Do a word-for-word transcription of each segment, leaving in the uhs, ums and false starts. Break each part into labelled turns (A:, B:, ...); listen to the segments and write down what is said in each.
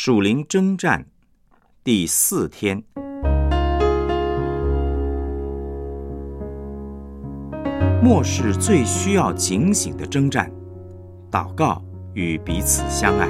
A: 属灵征战第四天，末世最需要警醒的征战，祷告与彼此相爱。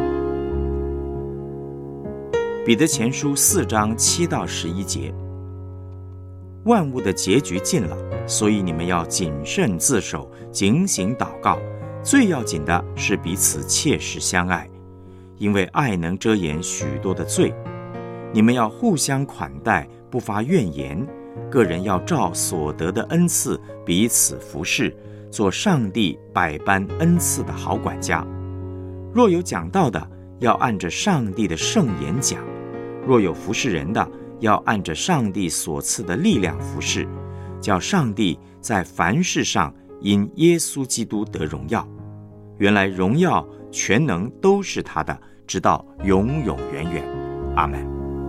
A: 彼得前书四章七到十一节，万物的结局近了，所以你们要谨慎自守，警醒祷告。最要紧的是彼此切实相爱，因为爱能遮掩许多的罪。你们要互相款待，不发怨言，个人要照所得的恩赐彼此服侍，做上帝百般恩赐的好管家。若有讲道的，要按着上帝的圣言讲；若有服侍人的，要按着上帝所赐的力量服侍，叫上帝在凡事上因耶稣基督得荣耀。原来荣耀全能都是他的，直到永永远远。阿们。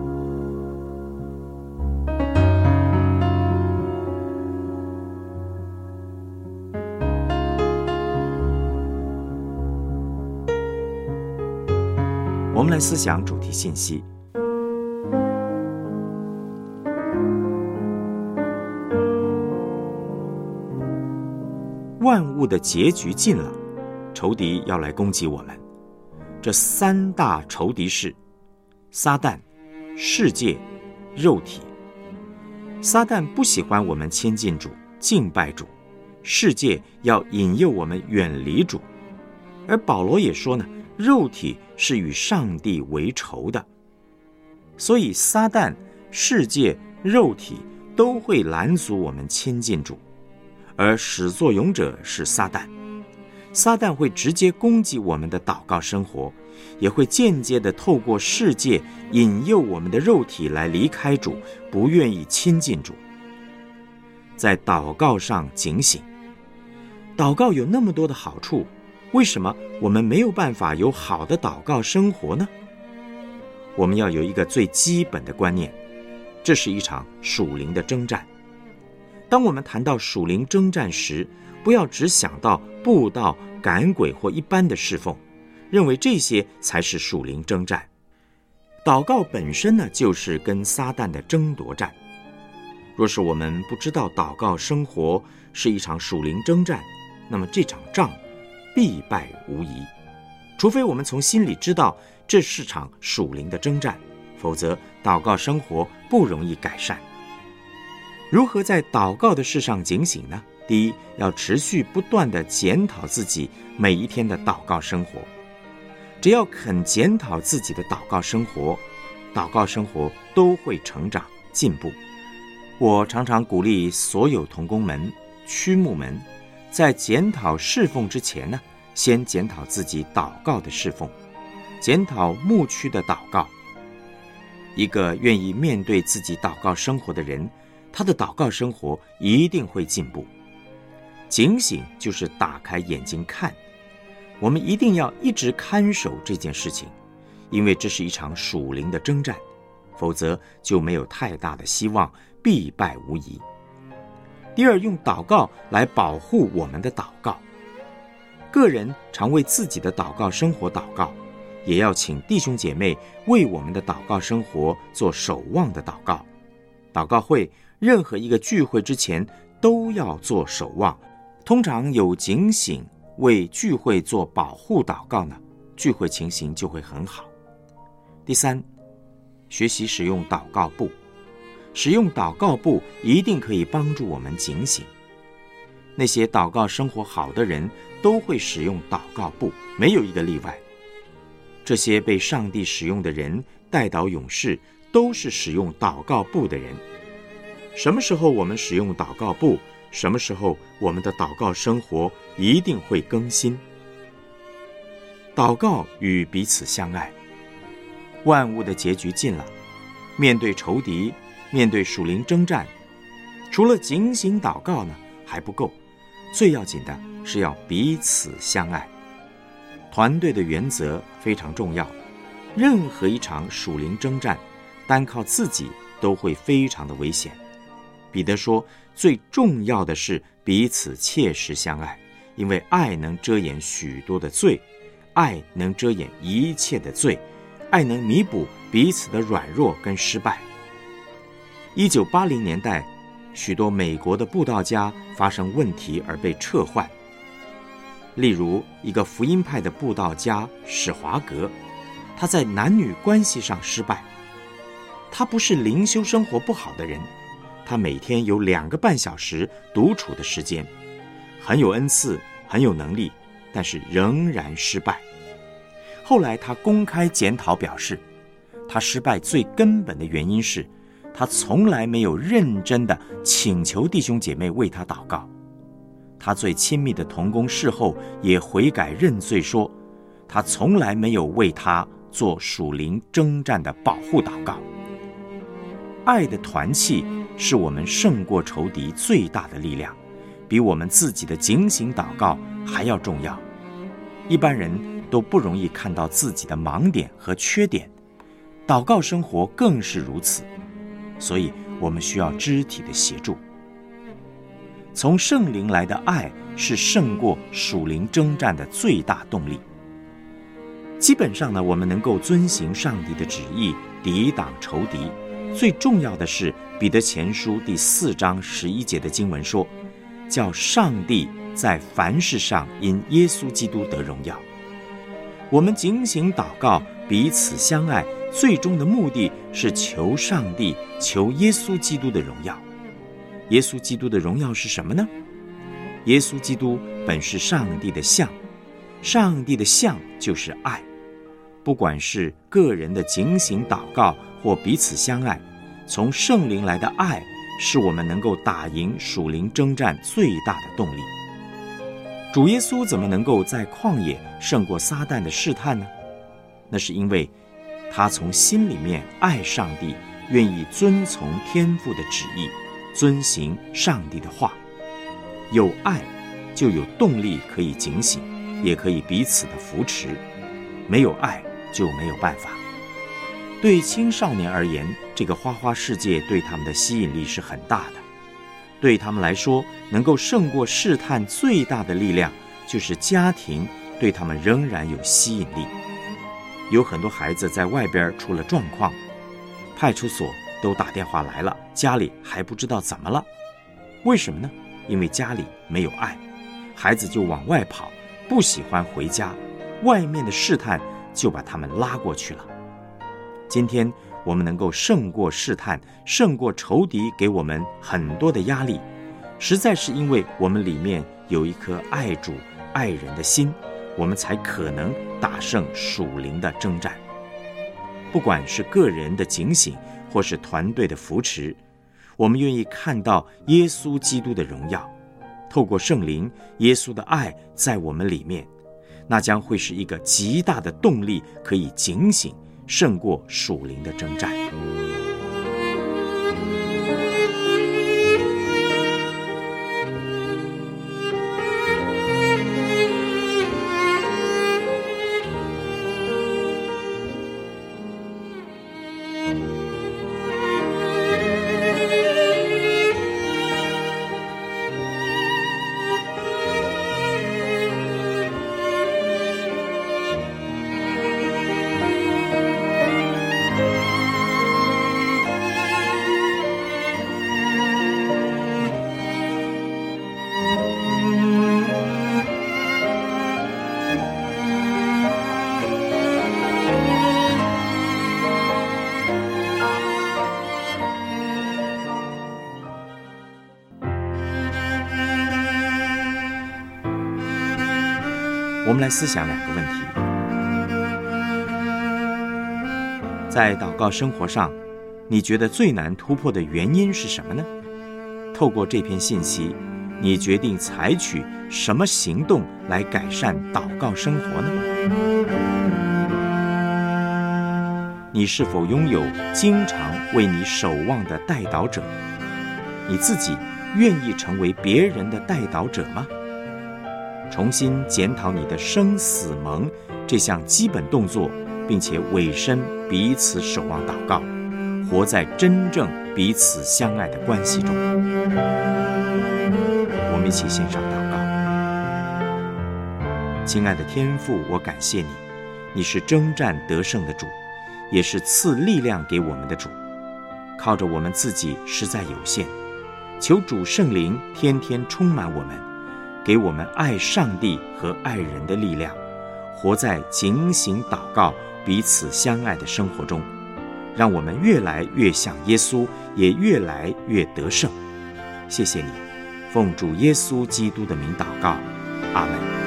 A: 我们来思想主题信息。万物的结局近了，仇敌要来攻击我们。这三大仇敌是撒旦、世界、肉体。撒旦不喜欢我们亲近主、敬拜主，世界要引诱我们远离主。而保罗也说呢，肉体是与上帝为仇的。所以撒旦、世界、肉体都会拦阻我们亲近主，而始作俑者是撒旦。撒旦会直接攻击我们的祷告生活，也会间接地透过世界引诱我们的肉体来离开主，不愿意亲近主。在祷告上警醒。祷告有那么多的好处，为什么我们没有办法有好的祷告生活呢？我们要有一个最基本的观念，这是一场属灵的征战。当我们谈到属灵征战时，不要只想到布道、赶鬼或一般的侍奉，认为这些才是属灵征战。祷告本身呢，就是跟撒旦的争夺战。若是我们不知道祷告生活是一场属灵征战，那么这场仗必败无疑。除非我们从心里知道这是场属灵的征战，否则祷告生活不容易改善。如何在祷告的事上警醒呢？第一，要持续不断地检讨自己每一天的祷告生活。只要肯检讨自己的祷告生活，祷告生活都会成长进步。我常常鼓励所有同工们、区牧们，在检讨侍奉之前呢，先检讨自己祷告的侍奉，检讨牧区的祷告。一个愿意面对自己祷告生活的人，他的祷告生活一定会进步。警醒就是打开眼睛看，我们一定要一直看守这件事情，因为这是一场属灵的征战，否则就没有太大的希望，必败无疑。第二，用祷告来保护我们的祷告。个人常为自己的祷告生活祷告，也要请弟兄姐妹为我们的祷告生活做守望的祷告。祷告会任何一个聚会之前都要做守望，通常有警醒为聚会做保护祷告呢，聚会情形就会很好。第三，学习使用祷告簿。使用祷告簿一定可以帮助我们警醒。那些祷告生活好的人都会使用祷告簿，没有一个例外。这些被上帝使用的人，代祷勇士，都是使用祷告簿的人。什么时候我们使用祷告簿，什么时候我们的祷告生活一定会更新。祷告与彼此相爱。万物的结局近了，面对仇敌，面对属灵征战，除了警醒祷告呢，还不够，最要紧的是要彼此相爱。团队的原则非常重要，任何一场属灵征战，单靠自己都会非常的危险。彼得说，最重要的是彼此切实相爱，因为爱能遮掩许多的罪，爱能遮掩一切的罪， 爱能弥补彼此的软弱跟失败。一九八零年代，许多美国的布道家发生问题而被撤换。例如，一个福音派的布道家史华格，他在男女关系上失败。他不是灵修生活不好的人，他每天有两个半小时独处的时间，很有恩赐，很有能力，但是仍然失败。后来他公开检讨表示，他失败最根本的原因是他从来没有认真的请求弟兄姐妹为他祷告。他最亲密的同工事后也悔改认罪说，他从来没有为他做属灵征战的保护祷告。爱的团契是我们胜过仇敌最大的力量，比我们自己的警醒祷告还要重要。一般人都不容易看到自己的盲点和缺点，祷告生活更是如此，所以我们需要肢体的协助。从圣灵来的爱是胜过属灵征战的最大动力。基本上呢，我们能够遵行上帝的旨意，抵挡仇敌。最重要的是彼得前书第四章十一节的经文说，叫上帝在凡事上因耶稣基督得荣耀。我们警醒祷告，彼此相爱，最终的目的是求上帝，求耶稣基督的荣耀。耶稣基督的荣耀是什么呢？耶稣基督本是上帝的像，上帝的像就是爱。不管是个人的警醒祷告或彼此相爱，从圣灵来的爱是我们能够打赢属灵征战最大的动力。主耶稣怎么能够在旷野胜过撒旦的试探呢？那是因为他从心里面爱上帝，愿意遵从天父的旨意，遵行上帝的话。有爱就有动力可以警醒，也可以彼此的扶持。没有爱就没有办法。对青少年而言，这个花花世界对他们的吸引力是很大的。对他们来说，能够胜过试探最大的力量就是家庭对他们仍然有吸引力。有很多孩子在外边出了状况，派出所都打电话来了，家里还不知道怎么了。为什么呢？因为家里没有爱，孩子就往外跑，不喜欢回家，外面的试探就把他们拉过去了。今天我们能够胜过试探，胜过仇敌给我们很多的压力，实在是因为我们里面有一颗爱主爱人的心，我们才可能打胜属灵的征战。不管是个人的警醒，或是团队的扶持，我们愿意看到耶稣基督的荣耀，透过圣灵耶稣的爱在我们里面，那将会是一个极大的动力，可以警醒胜过属灵的征战。我们来思想两个问题。在祷告生活上，你觉得最难突破的原因是什么呢？透过这篇信息，你决定采取什么行动来改善祷告生活呢？你是否拥有经常为你守望的代祷者？你自己愿意成为别人的代祷者吗？重新检讨你的生死盟这项基本动作，并且委身彼此守望祷告，活在真正彼此相爱的关系中。我们一起献上祷告。亲爱的天父，我感谢你，你是征战得胜的主， 也是赐力量给我们的主。靠着我们自己实在有限，求主圣灵天天充满我们，给我们爱上帝和爱人的力量，活在警醒祷告、彼此相爱的生活中，让我们越来越像耶稣，也越来越得胜。谢谢你，奉主耶稣基督的名祷告，阿们。